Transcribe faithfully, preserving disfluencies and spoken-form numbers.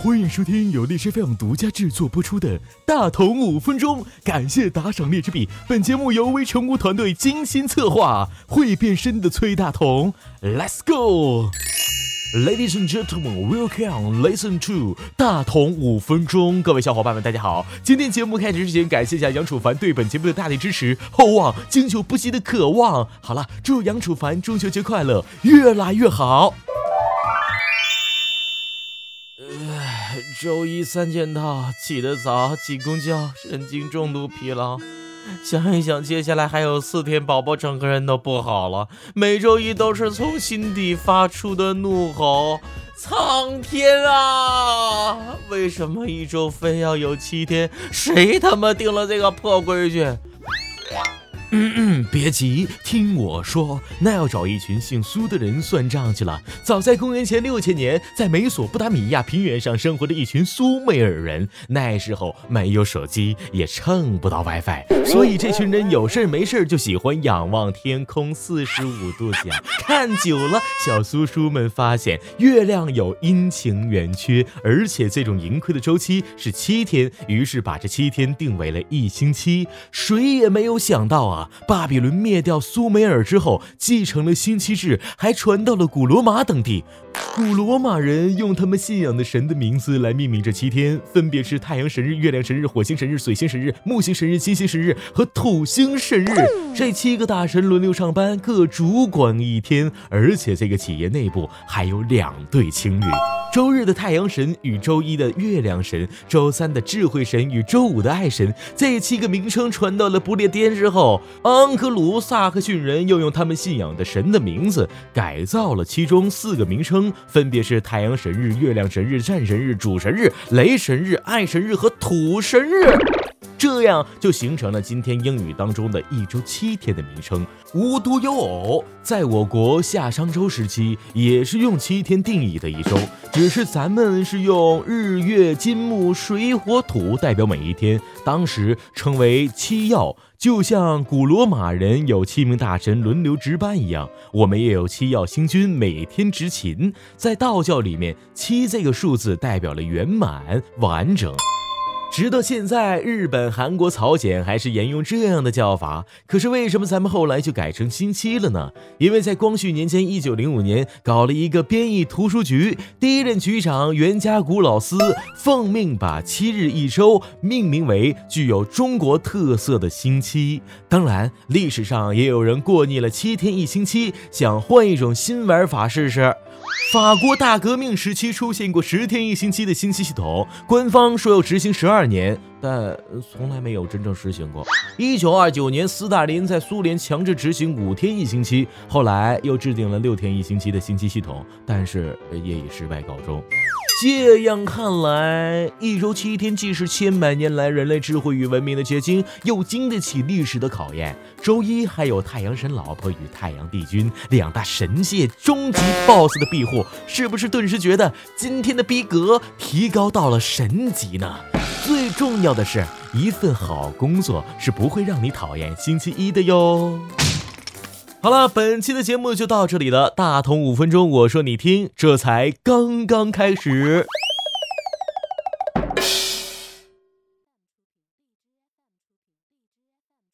欢迎收听由荔枝 F M 独家制作播出的大同五分钟，感谢打赏荔枝币。本节目由微成功团队精心策划，会变身的崔大同 ，Let's go。Ladies and gentlemen, welcome, listen to 大同五分钟。各位小伙伴们，大家好！今天节目开始之前，感谢一下杨楚凡对本节目的大力支持，厚望经久不息的渴望。好了，祝杨楚凡中秋节快乐，越来越好。呃，周一三件套，起得早，挤公交，神经重度疲劳。想一想，接下来还有四天，宝宝整个人都不好了。每周一都是从心底发出的怒吼：苍天啊！为什么一周非要有七天？谁他妈定了这个破规矩？嗯嗯，别急，听我说，那要找一群姓苏的人算账去了。早在公元前六千年，在美索不达米亚平原上生活着一群苏美尔人。那时候没有手机，也蹭不到 WiFi， 所以这群人有事没事就喜欢仰望天空四十五度角。看久了，小苏叔们发现月亮有阴晴圆缺，而且这种盈亏的周期是七天，于是把这七天定为了一星期。谁也没有想到啊！巴比伦灭掉苏美尔之后，继承了星期制，还传到了古罗马等地。古罗马人用他们信仰的神的名字来命名这七天，分别是太阳神日、月亮神日、火星神日、水星神日、木星神日、金星神日和土星神日。这七个大神轮流上班，各主管一天，而且这个企业内部还有两对情侣。周日的太阳神与周一的月亮神，周三的智慧神与周五的爱神。这七个名称传到了不列颠之后，盎格鲁撒克逊人又用他们信仰的神的名字改造了其中四个名称，分别是太阳神日、月亮神日、战神日、主神日、雷神日、爱神日和土神日。这样就形成了今天英语当中的一周七天的名称。无独有偶，在我国夏商周时期也是用七天定义的一周，只是咱们是用日月金木水火土代表每一天，当时称为七曜。就像古罗马人有七名大神轮流值班一样，我们也有七曜星君每天执勤。在道教里面，七这个数字代表了圆满完整。直到现在，日本、韩国、朝鲜还是沿用这样的叫法。可是为什么咱们后来就改成星期了呢？因为在光绪年间一九零五年搞了一个编译图书局，第一任局长袁家谷老司奉命把七日一周命名为具有中国特色的星期。当然，历史上也有人过腻了七天一星期，想换一种新玩法试试。法国大革命时期出现过十天一星期的星期系统，官方说要执行十二年，但从来没有真正实行过。一九二九年，斯大林在苏联强制执行五天一星期，后来又制定了六天一星期的星期系统，但是也以失败告终。这样看来，一周七天既是千百年来人类智慧与文明的结晶，又经得起历史的考验。周一还有太阳神老婆与太阳帝君两大神界终极 B O S S 的庇护，是不是顿时觉得今天的逼格提高到了神级呢？最重要的是，一份好工作是不会让你讨厌星期一的哟。好了，本期的节目就到这里了。大同五分钟，我说你听，这才刚刚开始。